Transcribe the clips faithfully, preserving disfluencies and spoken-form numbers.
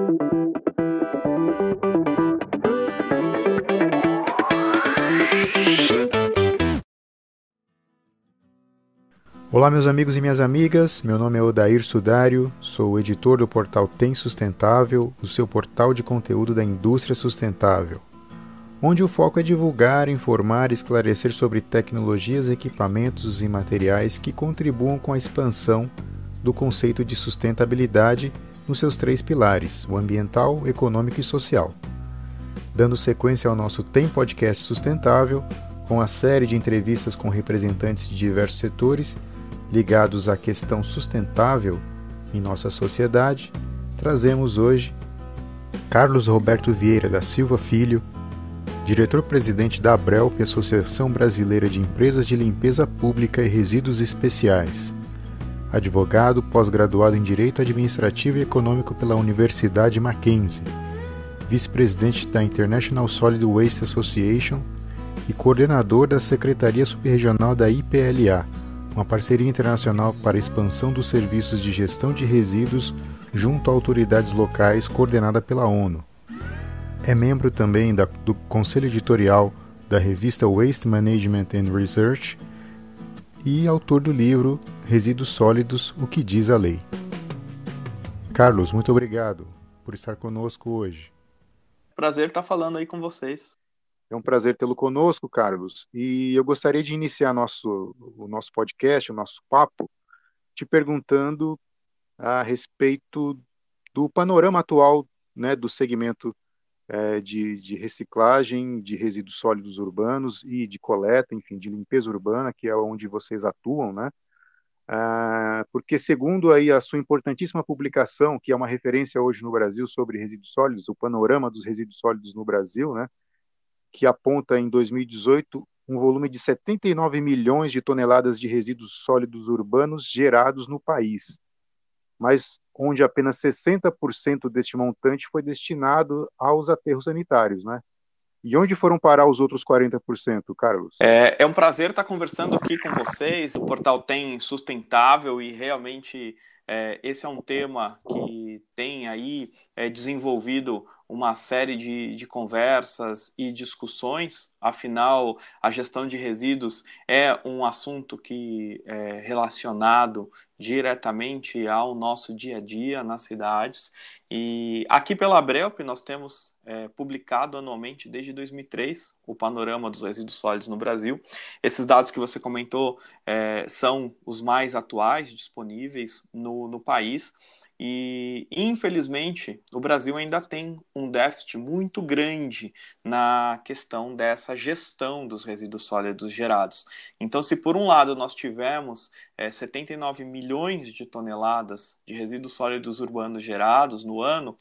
Olá meus amigos e minhas amigas, meu nome é Odair Sudário, sou o editor do portal Tem Sustentável, o seu portal de conteúdo da indústria sustentável, onde o foco é divulgar, informar e esclarecer sobre tecnologias, equipamentos e materiais que contribuam com a expansão do conceito de sustentabilidade nos seus três pilares, o ambiental, econômico e social. Dando sequência ao nosso Tem Podcast Sustentável, com a série de entrevistas com representantes de diversos setores ligados à questão sustentável em nossa sociedade, trazemos hoje Carlos Roberto Vieira da Silva Filho, diretor-presidente da ABRELP, Associação Brasileira de Empresas de Limpeza Pública e Resíduos Especiais, advogado pós-graduado em Direito Administrativo e Econômico pela Universidade Mackenzie, vice-presidente da International Solid Waste Association e coordenador da Secretaria Subregional da I P L A, uma parceria internacional para a expansão dos serviços de gestão de resíduos junto a autoridades locais coordenada pela ONU. É membro também da, do Conselho Editorial da revista Waste Management and Research e autor do livro Resíduos Sólidos, o que diz a lei. Carlos, muito obrigado por estar conosco hoje. Prazer estar falando aí com vocês. É um prazer tê-lo conosco, Carlos. E eu gostaria de iniciar nosso, o nosso podcast, o nosso papo, te perguntando a respeito do panorama atual, né, do segmento é, de, de reciclagem de resíduos sólidos urbanos e de coleta, enfim, de limpeza urbana, que é onde vocês atuam, né? Ah, porque segundo aí a sua importantíssima publicação, que é uma referência hoje no Brasil sobre resíduos sólidos, o panorama dos resíduos sólidos no Brasil, né, que aponta em dois mil e dezoito um volume de setenta e nove milhões de toneladas de resíduos sólidos urbanos gerados no país, mas onde apenas sessenta por cento deste montante foi destinado aos aterros sanitários, né? E onde foram parar os outros quarenta por cento, Carlos? É, é um prazer estar conversando aqui com vocês. O portal Tem Sustentável e realmente é, esse é um tema que tem aí é, desenvolvido uma série de, de conversas e discussões. Afinal, a gestão de resíduos é um assunto que é relacionado diretamente ao nosso dia a dia nas cidades. E aqui pela ABRELP nós temos é, publicado anualmente desde dois mil e três o panorama dos resíduos sólidos no Brasil. Esses dados que você comentou é, são os mais atuais disponíveis no, no país. E, infelizmente, o Brasil ainda tem um déficit muito grande na questão dessa gestão dos resíduos sólidos gerados. Então, se por um lado nós tivemos é, setenta e nove milhões de toneladas de resíduos sólidos urbanos gerados no ano,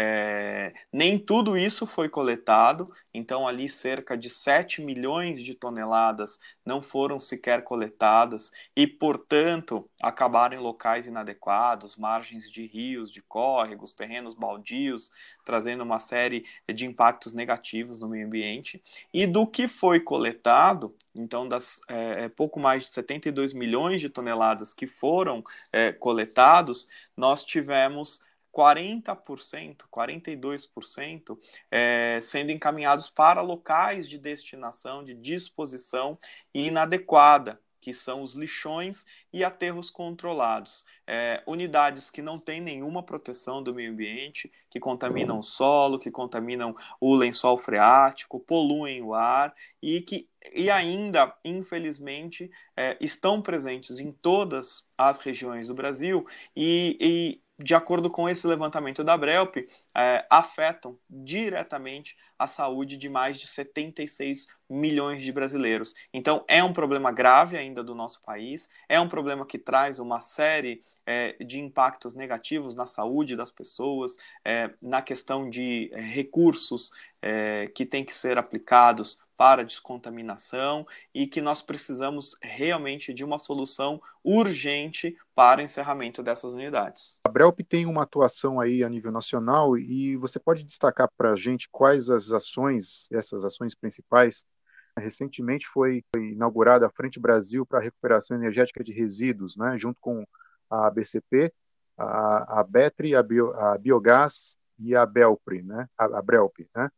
é, nem tudo isso foi coletado, então ali cerca de sete milhões de toneladas não foram sequer coletadas e, portanto, acabaram em locais inadequados, margens de rios, de córregos, terrenos baldios, trazendo uma série de impactos negativos no meio ambiente. E do que foi coletado, então das é, pouco mais de setenta e dois milhões de toneladas que foram é, coletados, nós tivemos quarenta por cento, quarenta e dois por cento é, sendo encaminhados para locais de destinação, de disposição inadequada, que são os lixões e aterros controlados. É, unidades que não têm nenhuma proteção do meio ambiente, que contaminam o solo, que contaminam o lençol freático, poluem o ar e que e ainda, infelizmente, é, estão presentes em todas as regiões do Brasil e, e de acordo com esse levantamento da ABRELP, é, afetam diretamente a saúde de mais de setenta e seis milhões de brasileiros. Então, é um problema grave ainda do nosso país, é um problema que traz uma série é, de impactos negativos na saúde das pessoas, é, na questão de é, recursos é, que têm que ser aplicados para descontaminação e que nós precisamos realmente de uma solução urgente para o encerramento dessas unidades. A ABRELP tem uma atuação aí a nível nacional e você pode destacar para a gente quais as ações, essas ações principais. Recentemente foi inaugurada a Frente Brasil para a Recuperação Energética de Resíduos, né, junto com a A B C P, a, a Betri, a, Bio, a Biogás e a Belpre, né? A, a Brelp, né?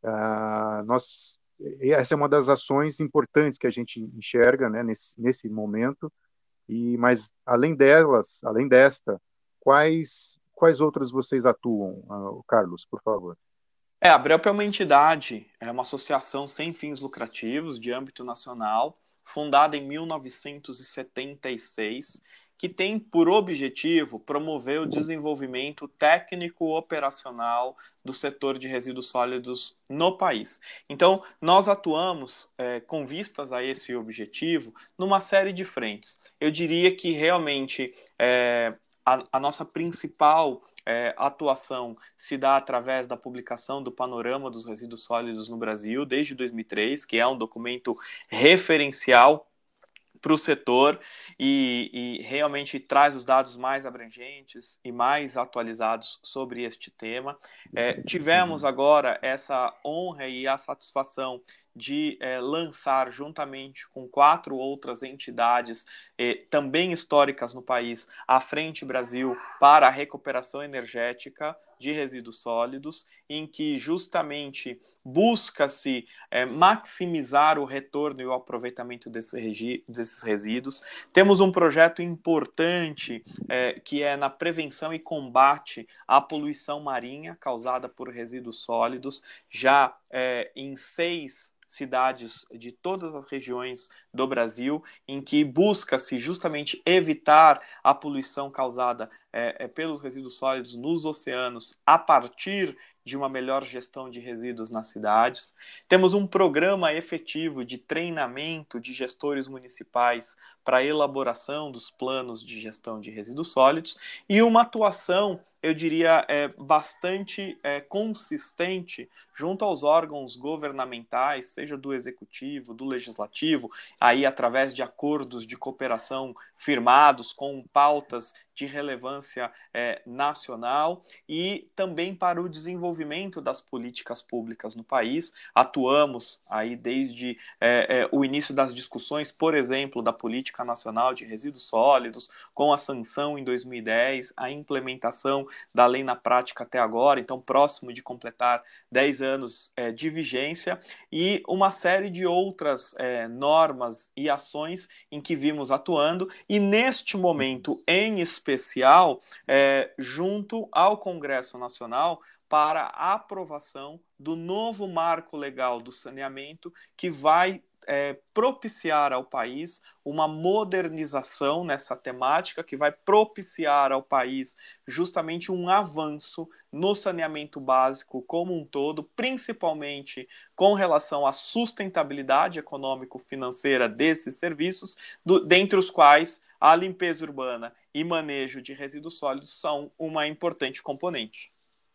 Ah, nós, essa é uma das ações importantes que a gente enxerga, né, nesse, nesse momento. E mas além delas, além desta, quais quais outras vocês atuam, uh, Carlos, por favor? É, a Brelp é uma entidade, é uma associação sem fins lucrativos de âmbito nacional, fundada em mil novecentos e setenta e seis, que tem por objetivo promover o desenvolvimento técnico operacional do setor de resíduos sólidos no país. Então, nós atuamos é, com vistas a esse objetivo numa série de frentes. Eu diria que realmente é, a, a nossa principal É, atuação se dá através da publicação do Panorama dos Resíduos Sólidos no Brasil, desde dois mil e três, que é um documento referencial para o setor e, e realmente traz os dados mais abrangentes e mais atualizados sobre este tema. É, tivemos agora essa honra e a satisfação de é, lançar, juntamente com quatro outras entidades eh, também históricas no país, a Frente Brasil para a Recuperação Energética de Resíduos Sólidos, em que justamente busca-se é, maximizar o retorno e o aproveitamento desse regi- desses resíduos. Temos um projeto importante é, que é na prevenção e combate à poluição marinha causada por resíduos sólidos, já é, em seis cidades de todas as regiões do Brasil, em que busca-se justamente evitar a poluição causada é, é, pelos resíduos sólidos nos oceanos a partir de uma melhor gestão de resíduos nas cidades. Temos um programa efetivo de treinamento de gestores municipais para a elaboração dos planos de gestão de resíduos sólidos e uma atuação, eu diria, é, bastante é, consistente junto aos órgãos governamentais, seja do executivo, do legislativo, aí através de acordos de cooperação firmados com pautas de relevância é, nacional e também para o desenvolvimento das políticas públicas no país. Atuamos aí desde é, é, o início das discussões, por exemplo, da Política Nacional de Resíduos Sólidos, com a sanção em dois mil e dez, a implementação da lei na prática até agora, então próximo de completar dez anos é, de vigência, e uma série de outras é, normas e ações em que vimos atuando, e neste momento em especial, é, junto ao Congresso Nacional, para a aprovação do novo marco legal do saneamento, que vai é, propiciar ao país uma modernização nessa temática, que vai propiciar ao país justamente um avanço no saneamento básico como um todo, principalmente com relação à sustentabilidade econômico-financeira desses serviços, do, dentre os quais a limpeza urbana e manejo de resíduos sólidos são uma importante componente.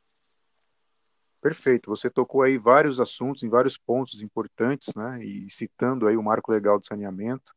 Perfeito. Você tocou aí vários assuntos, em vários pontos importantes, né? E citando aí o Marco Legal de Saneamento.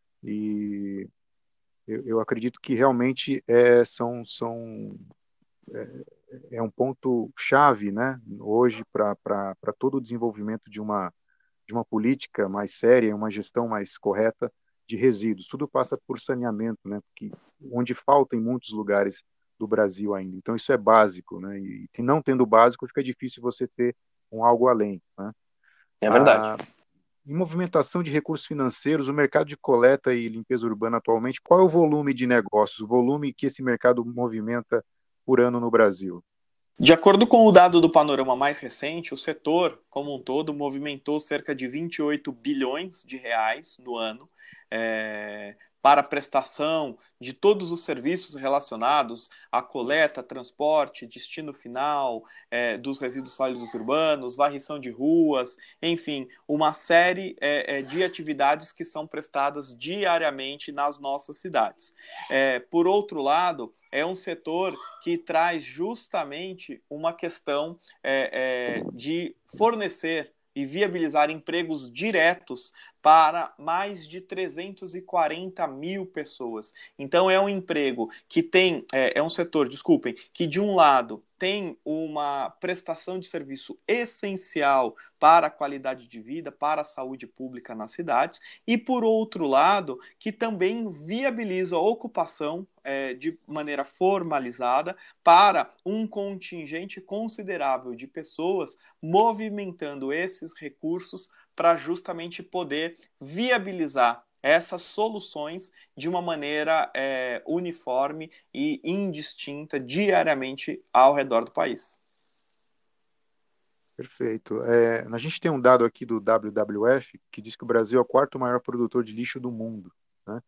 E eu, eu acredito que realmente é, são, são, é, é um ponto chave, né? Hoje para todo o desenvolvimento de uma, de uma política mais séria, uma gestão mais correta de resíduos. Tudo passa por saneamento, né? Porque onde falta em muitos lugares do Brasil ainda. Então isso é básico, né? E não tendo básico fica difícil você ter um algo além, né? É verdade. A, em movimentação de recursos financeiros, o mercado de coleta e limpeza urbana atualmente, qual é o volume de negócios, o volume que esse mercado movimenta por ano no Brasil? De acordo com o dado do Panorama mais recente, o setor, como um todo, movimentou cerca de vinte e oito bilhões de reais no ano, é, para a prestação de todos os serviços relacionados à coleta, transporte, destino final é, dos resíduos sólidos urbanos, varrição de ruas, enfim, uma série é, é, de atividades que são prestadas diariamente nas nossas cidades. É, por outro lado, é um setor que traz justamente uma questão é, é, de fornecer e viabilizar empregos diretos para mais de trezentos e quarenta mil pessoas. Então é um emprego que tem, é, é um setor, desculpem, que de um lado tem uma prestação de serviço essencial para a qualidade de vida, para a saúde pública nas cidades, e por outro lado, que também viabiliza a ocupação é, de maneira formalizada para um contingente considerável de pessoas movimentando esses recursos para justamente poder viabilizar essas soluções de uma maneira é, uniforme e indistinta diariamente ao redor do país. Perfeito. É, a gente tem um dado aqui do W W F que diz que o Brasil é o quarto maior produtor de lixo do mundo, né?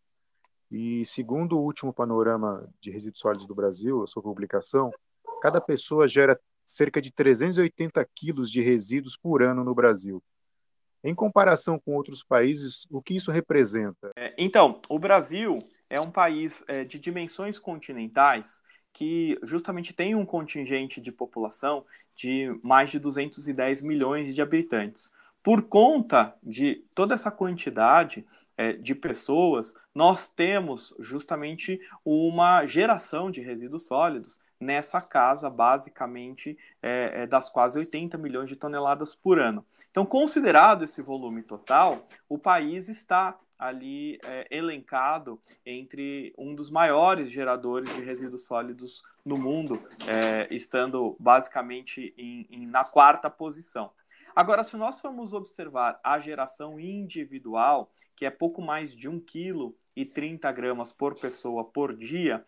E segundo o último panorama de resíduos sólidos do Brasil, a sua publicação, cada pessoa gera cerca de trezentos e oitenta quilos de resíduos por ano no Brasil. Em comparação com outros países, o que isso representa? É, então, o Brasil é um país é, de dimensões continentais que justamente tem um contingente de população de mais de duzentos e dez milhões de habitantes. Por conta de toda essa quantidade é, de pessoas, nós temos justamente uma geração de resíduos sólidos nessa casa, basicamente, é, é, das quase oitenta milhões de toneladas por ano. Então, considerado esse volume total, o país está ali é, elencado entre um dos maiores geradores de resíduos sólidos no mundo, é, estando basicamente em, em, na quarta posição. Agora, se nós formos observar a geração individual, que é pouco mais de um vírgula trinta gramas por pessoa por dia,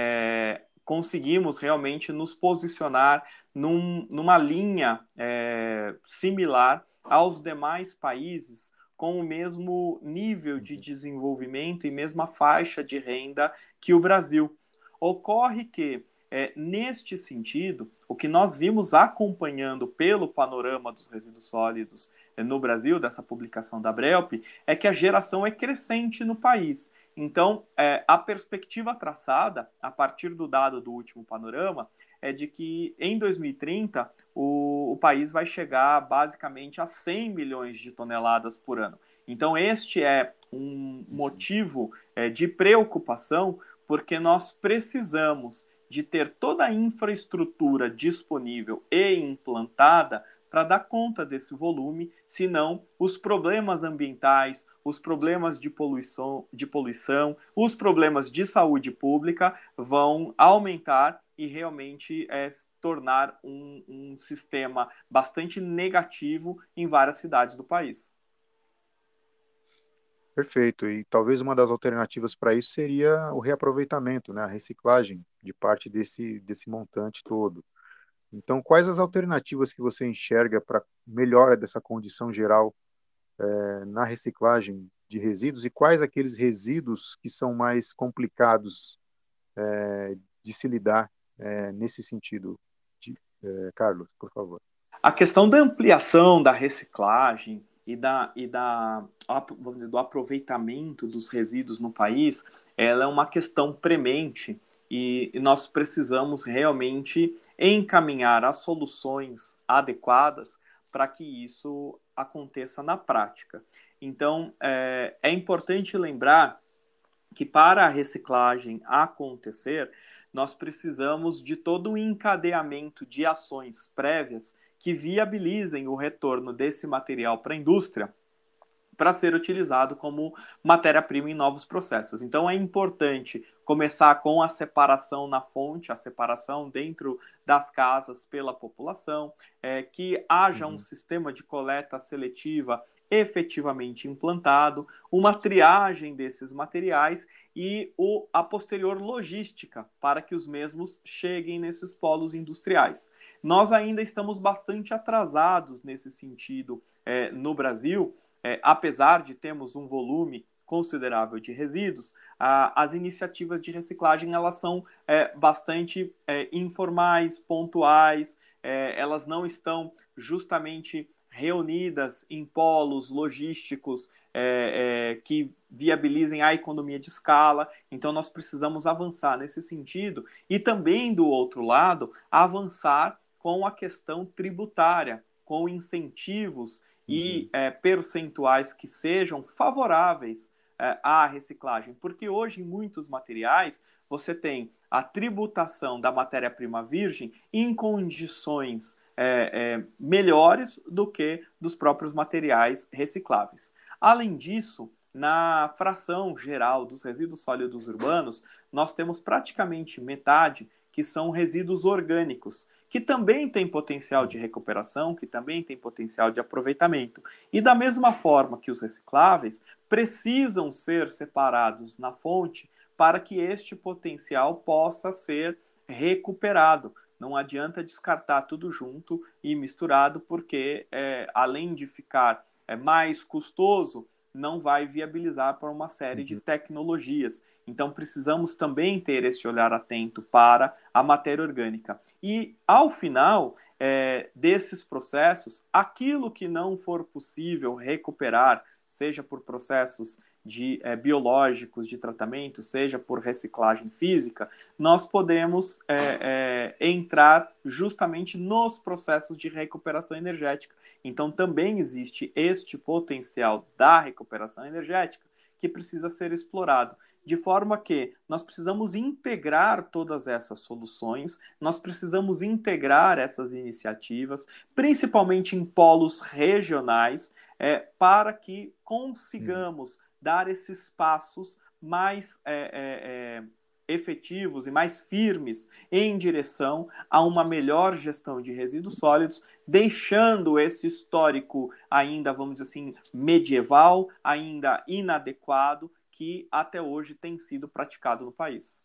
é, conseguimos realmente nos posicionar num, numa linha é, similar aos demais países com o mesmo nível de desenvolvimento e mesma faixa de renda que o Brasil. Ocorre que, é, neste sentido, o que nós vimos acompanhando pelo panorama dos resíduos sólidos é, no Brasil, dessa publicação da Brelp, é que a geração é crescente no país. Então, é, a perspectiva traçada, a partir do dado do último panorama, é de que em dois mil e trinta o, o país vai chegar basicamente a cem milhões de toneladas por ano. Então, este é um motivo é, de preocupação, porque nós precisamos de ter toda a infraestrutura disponível e implantada para dar conta desse volume, senão os problemas ambientais, os problemas de poluição, de poluição, os problemas de saúde pública vão aumentar e realmente é, tornar um, um sistema bastante negativo em várias cidades do país. Perfeito. E talvez uma das alternativas para isso seria o reaproveitamento, né? A reciclagem de parte desse, desse montante todo. Então, quais as alternativas que você enxerga para melhora dessa condição geral eh, na reciclagem de resíduos e quais aqueles resíduos que são mais complicados eh, de se lidar eh, nesse sentido? De, eh, Carlos, por favor. A questão da ampliação da reciclagem e, da, e da, vamos dizer, do aproveitamento dos resíduos no país, ela é uma questão premente e, e nós precisamos realmente encaminhar as soluções adequadas para que isso aconteça na prática. Então, é, é importante lembrar que para a reciclagem acontecer, nós precisamos de todo um encadeamento de ações prévias que viabilizem o retorno desse material para a indústria para ser utilizado como matéria-prima em novos processos. Então é importante começar com a separação na fonte, a separação dentro das casas pela população, é, que haja um sistema de coleta seletiva efetivamente implantado, uma triagem desses materiais e o, a posterior logística para que os mesmos cheguem nesses polos industriais. Nós ainda estamos bastante atrasados nesse sentido é, no Brasil, é, apesar de termos um volume considerável de resíduos, a, as iniciativas de reciclagem elas são é, bastante é, informais, pontuais, é, elas não estão justamente reunidas em polos logísticos é, é, que viabilizem a economia de escala. Então, nós precisamos avançar nesse sentido e também, do outro lado, avançar com a questão tributária, com incentivos e Uhum. é, percentuais que sejam favoráveis é, à reciclagem, porque hoje em muitos materiais você tem a tributação da matéria-prima virgem em condições é, é, melhores do que dos próprios materiais recicláveis. Além disso, na fração geral dos resíduos sólidos urbanos, nós temos praticamente metade que são resíduos orgânicos, que também têm potencial de recuperação, que também têm potencial de aproveitamento. E da mesma forma que os recicláveis precisam ser separados na fonte para que este potencial possa ser recuperado. Não adianta descartar tudo junto e misturado, porque é, além de ficar é, mais custoso, não vai viabilizar para uma série de Uhum. tecnologias. Então, precisamos também ter esse olhar atento para a matéria orgânica. E, ao final é, desses processos, aquilo que não for possível recuperar, seja por processos de é, biológicos de tratamento, seja por reciclagem física, nós podemos é, é, entrar justamente nos processos de recuperação energética. Então, também existe este potencial da recuperação energética que precisa ser explorado. De forma que nós precisamos integrar todas essas soluções, nós precisamos integrar essas iniciativas, principalmente em polos regionais, é, para que Uhum. consigamos dar esses passos mais é, é, é, efetivos e mais firmes em direção a uma melhor gestão de resíduos sólidos, deixando esse histórico ainda, vamos dizer assim, medieval, ainda inadequado, que até hoje tem sido praticado no país.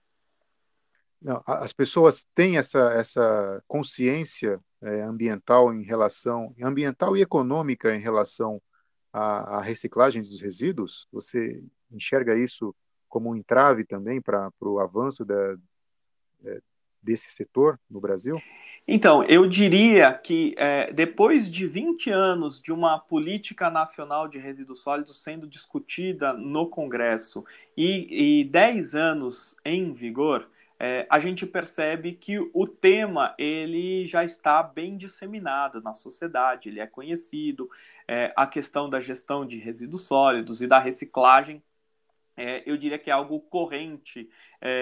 Não, a- as pessoas têm essa, essa consciência é, ambiental em relação, ambiental e econômica em relação à, à reciclagem dos resíduos? Você enxerga isso como um entrave também para o avanço da, desse setor no Brasil? Então, eu diria que é, depois de vinte anos de uma política nacional de resíduos sólidos sendo discutida no Congresso e, e dez anos em vigor, é, a gente percebe que o tema ele já está bem disseminado na sociedade, ele é conhecido, é, a questão da gestão de resíduos sólidos e da reciclagem é, eu diria que é algo corrente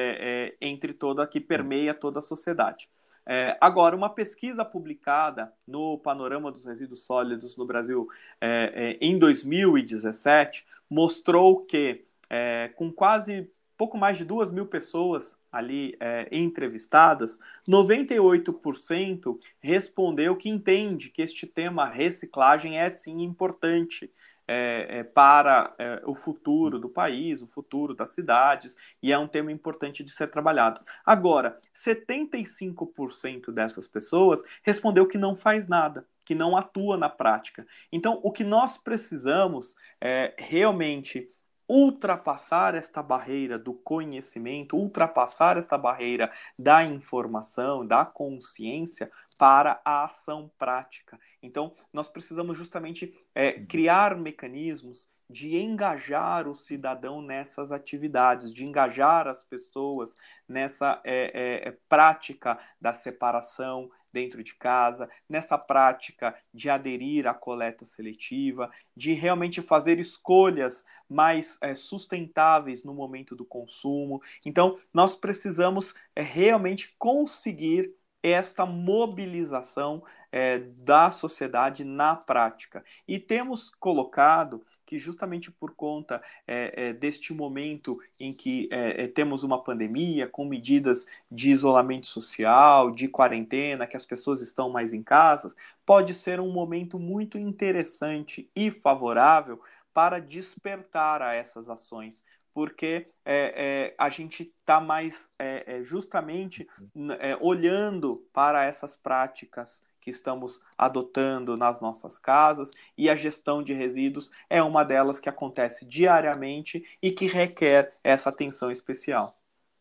é, é, entre toda, que Sim. permeia toda a sociedade. É, agora, uma pesquisa publicada no Panorama dos Resíduos Sólidos no Brasil é, é, em dois mil e dezessete mostrou que, é, com quase pouco mais de duas mil pessoas ali é, entrevistadas, noventa e oito por cento respondeu que entende que este tema reciclagem é sim importante é, é, para é, o futuro do país, o futuro das cidades, e é um tema importante de ser trabalhado. Agora, setenta e cinco por cento dessas pessoas respondeu que não faz nada, que não atua na prática. Então, o que nós precisamos é realmente ultrapassar esta barreira do conhecimento, ultrapassar esta barreira da informação, da consciência para a ação prática. Então, nós precisamos justamente é, Uhum. criar mecanismos de engajar o cidadão nessas atividades, de engajar as pessoas nessa é, é, prática da separação dentro de casa, nessa prática de aderir à coleta seletiva, de realmente fazer escolhas mais é, sustentáveis no momento do consumo. Então, nós precisamos é, realmente conseguir esta mobilização é, da sociedade na prática. E temos colocado que, justamente por conta é, é, deste momento em que é, é, temos uma pandemia, com medidas de isolamento social, de quarentena, que as pessoas estão mais em casa, pode ser um momento muito interessante e favorável para despertar a essas ações, porque é, é, a gente está mais é, é, justamente é, olhando para essas práticas que estamos adotando nas nossas casas, e a gestão de resíduos é uma delas que acontece diariamente e que requer essa atenção especial.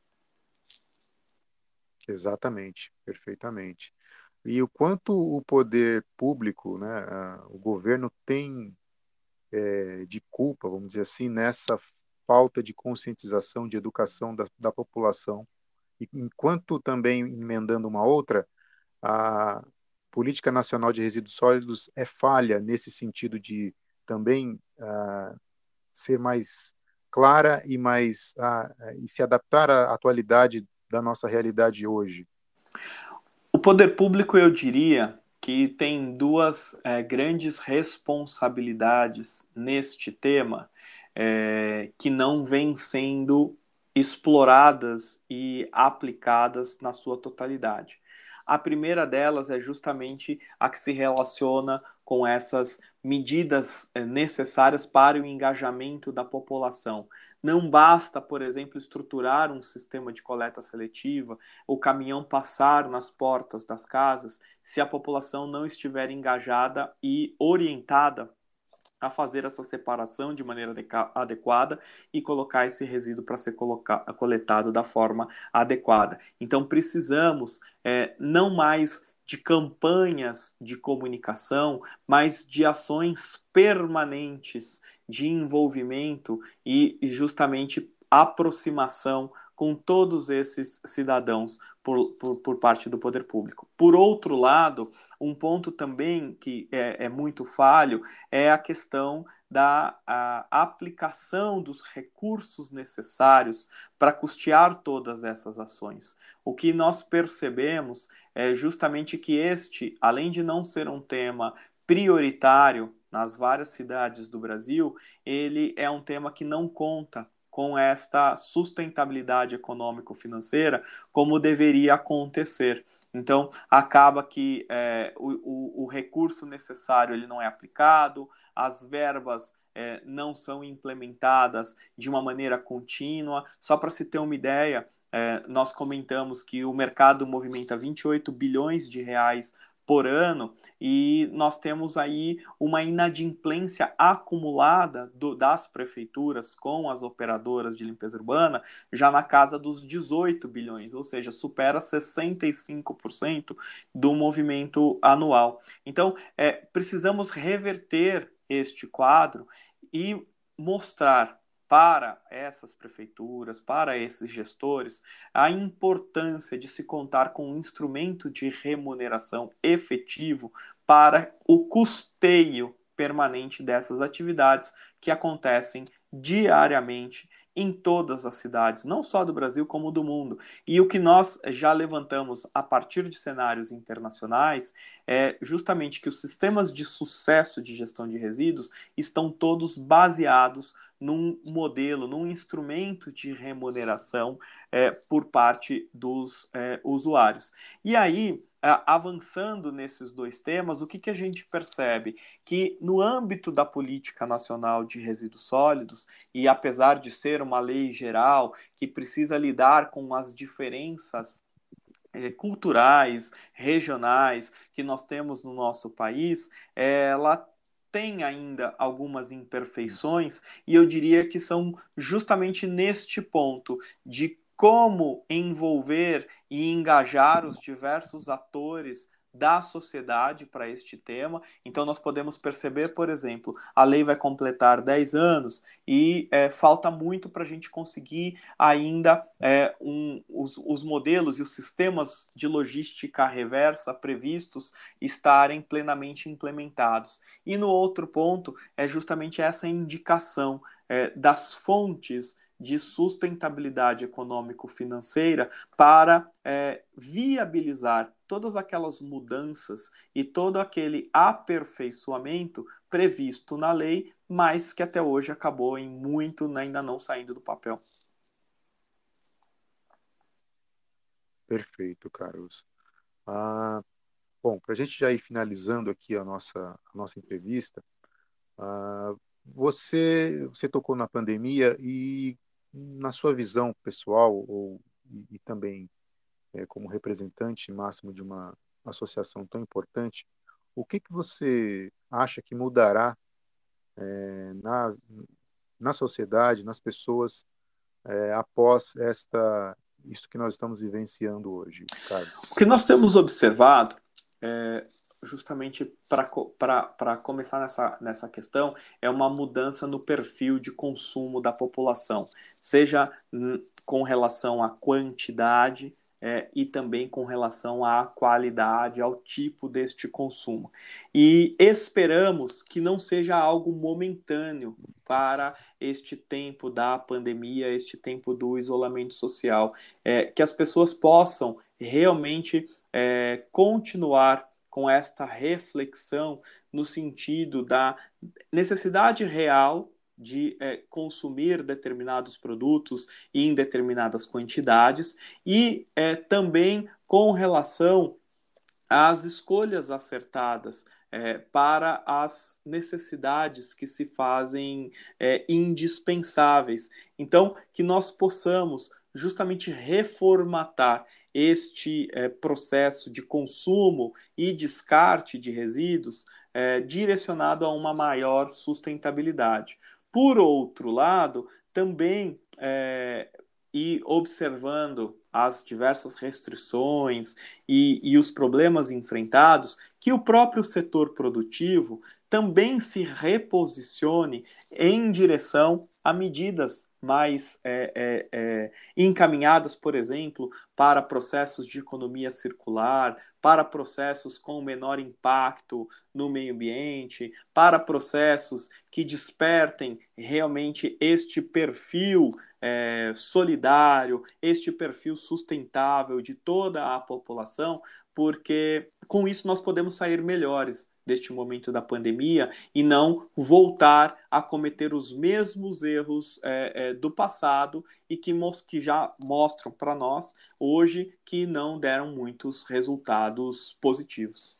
Exatamente, perfeitamente. E o quanto o poder público, né, a- o governo tem eh, de culpa, vamos dizer assim, nessa falta de conscientização, de educação da, da população. E enquanto também emendando uma outra, a, Política Nacional de Resíduos Sólidos é falha nesse sentido de também uh, ser mais clara e, mais, uh, e se adaptar à atualidade da nossa realidade hoje? O poder público, eu diria, que tem duas é, grandes responsabilidades neste tema é, que não vêm sendo exploradas e aplicadas na sua totalidade. A primeira delas é justamente a que se relaciona com essas medidas necessárias para o engajamento da população. Não basta, por exemplo, estruturar um sistema de coleta seletiva, o caminhão passar nas portas das casas, se a população não estiver engajada e orientada a fazer essa separação de maneira adequada e colocar esse resíduo para ser coletado da forma adequada. Então, precisamos é, não mais de campanhas de comunicação, mas de ações permanentes de envolvimento e justamente aproximação com todos esses cidadãos por, por, por parte do poder público. Por outro lado, um ponto também que é, é muito falho é a questão da a aplicação dos recursos necessários para custear todas essas ações. O que nós percebemos é justamente que este, além de não ser um tema prioritário nas várias cidades do Brasil, ele é um tema que não conta com esta sustentabilidade econômico-financeira como deveria acontecer. Então, acaba que é, o, o, o recurso necessário ele não é aplicado, as verbas é, não são implementadas de uma maneira contínua. Só para se ter uma ideia, é, nós comentamos que o mercado movimenta vinte e oito bilhões de reais por ano, e nós temos aí uma inadimplência acumulada do, das prefeituras com as operadoras de limpeza urbana já na casa dos dezoito bilhões, ou seja, supera sessenta e cinco por cento do movimento anual. Então, é, precisamos reverter este quadro e mostrar para essas prefeituras, para esses gestores, a importância de se contar com um instrumento de remuneração efetivo para o custeio permanente dessas atividades que acontecem diariamente em todas as cidades, não só do Brasil como do mundo. E o que nós já levantamos a partir de cenários internacionais é justamente que os sistemas de sucesso de gestão de resíduos estão todos baseados num modelo, num instrumento de remuneração é, por parte dos é, usuários. E aí, avançando nesses dois temas, o que, que a gente percebe? Que no âmbito da Política Nacional de Resíduos Sólidos, e apesar de ser uma lei geral que precisa lidar com as diferenças culturais, regionais que nós temos no nosso país, ela tem ainda algumas imperfeições, e eu diria que são justamente neste ponto de como envolver e engajar os diversos atores da sociedade para este tema. Então nós podemos perceber, por exemplo, a lei vai completar dez anos e é, falta muito para a gente conseguir ainda é, um, os, os modelos e os sistemas de logística reversa previstos estarem plenamente implementados. E no outro ponto é justamente essa indicação é, das fontes de sustentabilidade econômico-financeira para é, viabilizar todas aquelas mudanças e todo aquele aperfeiçoamento previsto na lei, mas que até hoje acabou em muito ainda não saindo do papel. Perfeito, Carlos. Ah, bom, para a gente já ir finalizando aqui a nossa, a nossa entrevista, ah, você, você tocou na pandemia e, na sua visão pessoal, ou, e, e também é, como representante máximo de uma associação tão importante, o que, que você acha que mudará é, na, na sociedade, nas pessoas, é, após esta, isso que nós estamos vivenciando hoje, Carlos? O que nós temos observado, é, justamente para começar nessa, nessa questão, é uma mudança no perfil de consumo da população, seja com relação à quantidade é, e também com relação à qualidade, ao tipo deste consumo. E esperamos que não seja algo momentâneo para este tempo da pandemia, este tempo do isolamento social, é, que as pessoas possam realmente é, continuar com esta reflexão no sentido da necessidade real de é, consumir determinados produtos em determinadas quantidades e é, também com relação às escolhas acertadas é, para as necessidades que se fazem é, indispensáveis. Então, que nós possamos justamente reformatar este é, processo de consumo e descarte de resíduos é, direcionado a uma maior sustentabilidade. Por outro lado, também é, e observando as diversas restrições e, e os problemas enfrentados, que o próprio setor produtivo também se reposicione em direção a medidas mais é, é, é, encaminhadas, por exemplo, para processos de economia circular, para processos com menor impacto no meio ambiente, para processos que despertem realmente este perfil é, solidário, este perfil sustentável de toda a população, porque com isso nós podemos sair melhores deste momento da pandemia e não voltar a cometer os mesmos erros é, é, do passado e que, que já mostram para nós hoje que não deram muitos resultados positivos.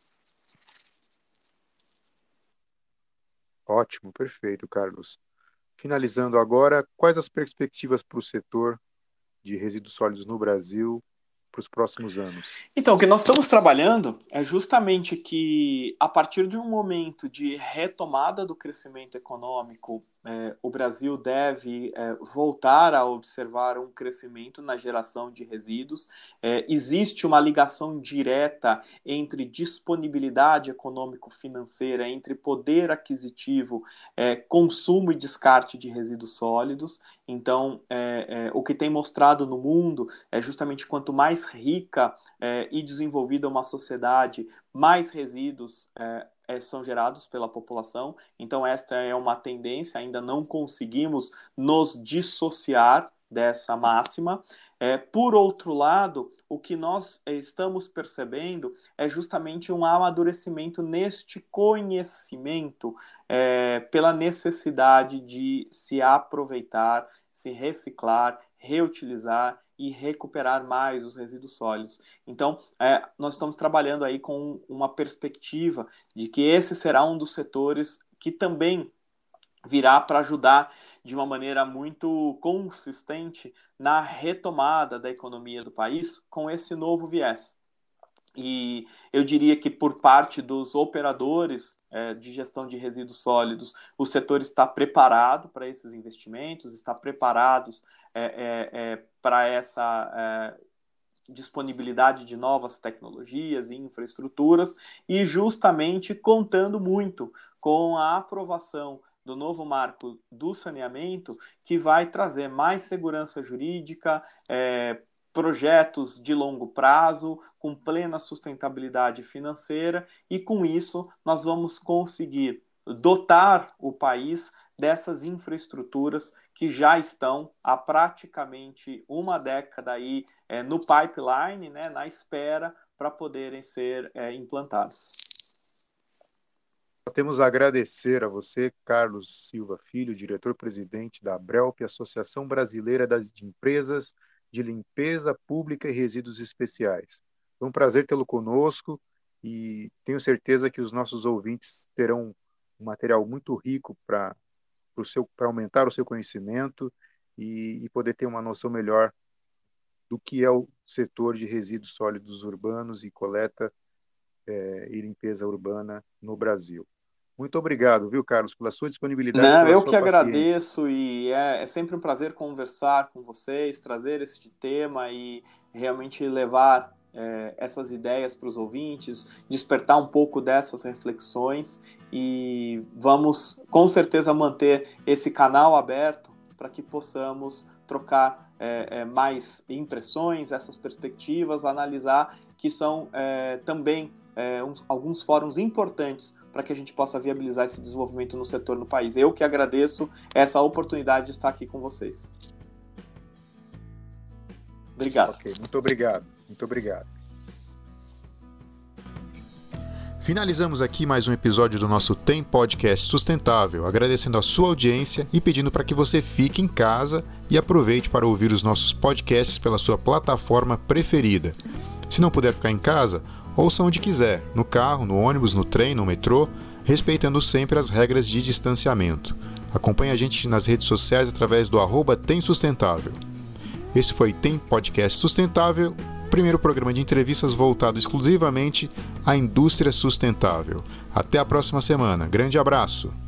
Ótimo, perfeito, Carlos. Finalizando agora, quais as perspectivas para o setor de resíduos sólidos no Brasil para os próximos anos? Então, o que nós estamos trabalhando é justamente que, a partir de um momento de retomada do crescimento econômico, é, o Brasil deve é, voltar a observar um crescimento na geração de resíduos. É, existe uma ligação direta entre disponibilidade econômico-financeira, entre poder aquisitivo, é, consumo e descarte de resíduos sólidos. Então, é, é, o que tem mostrado no mundo é justamente quanto mais rica é, e desenvolvida uma sociedade, mais resíduos é, é, são gerados pela população. Então, esta é uma tendência, ainda não conseguimos nos dissociar dessa máxima. É, por outro lado, o que nós estamos percebendo é justamente um amadurecimento neste conhecimento é, pela necessidade de se aproveitar, se reciclar, reutilizar e recuperar mais os resíduos sólidos. Então, é, nós estamos trabalhando aí com uma perspectiva de que esse será um dos setores que também virá para ajudar de uma maneira muito consistente na retomada da economia do país com esse novo viés. E eu diria que por parte dos operadores é, de gestão de resíduos sólidos, o setor está preparado para esses investimentos, está preparado é, é, é, para essa é, disponibilidade de novas tecnologias e infraestruturas e justamente contando muito com a aprovação do novo marco do saneamento, que vai trazer mais segurança jurídica, é, projetos de longo prazo, com plena sustentabilidade financeira, e com isso nós vamos conseguir dotar o país dessas infraestruturas que já estão há praticamente uma década aí é, no pipeline, né, na espera para poderem ser é, implantadas. Temos a agradecer a você, Carlos Silva Filho, diretor-presidente da ABRELP, Associação Brasileira das Empresas de Limpeza Pública e Resíduos Especiais. Foi um prazer tê-lo conosco e tenho certeza que os nossos ouvintes terão um material muito rico para aumentar o seu conhecimento e, e poder ter uma noção melhor do que é o setor de resíduos sólidos urbanos e coleta é, e limpeza urbana no Brasil. Muito obrigado, viu, Carlos, pela sua disponibilidade. Não, pela eu sua que paciência. agradeço e é, é sempre um prazer conversar com vocês, trazer esse tema e realmente levar é, essas ideias para os ouvintes, despertar um pouco dessas reflexões e vamos com certeza manter esse canal aberto para que possamos trocar é, é, mais impressões, essas perspectivas, analisar que são é, também é, uns, alguns fóruns importantes para que a gente possa viabilizar esse desenvolvimento no setor no país. Eu que agradeço essa oportunidade de estar aqui com vocês. Obrigado. Ok, muito obrigado. Muito obrigado. Finalizamos aqui mais um episódio do nosso Tem Podcast Sustentável, agradecendo a sua audiência e pedindo para que você fique em casa e aproveite para ouvir os nossos podcasts pela sua plataforma preferida. Se não puder ficar em casa, ouça onde quiser, no carro, no ônibus, no trem, no metrô, respeitando sempre as regras de distanciamento. Acompanhe a gente nas redes sociais através do arroba Tem Sustentável. Esse foi Tem Podcast Sustentável, primeiro programa de entrevistas voltado exclusivamente à indústria sustentável. Até a próxima semana. Grande abraço!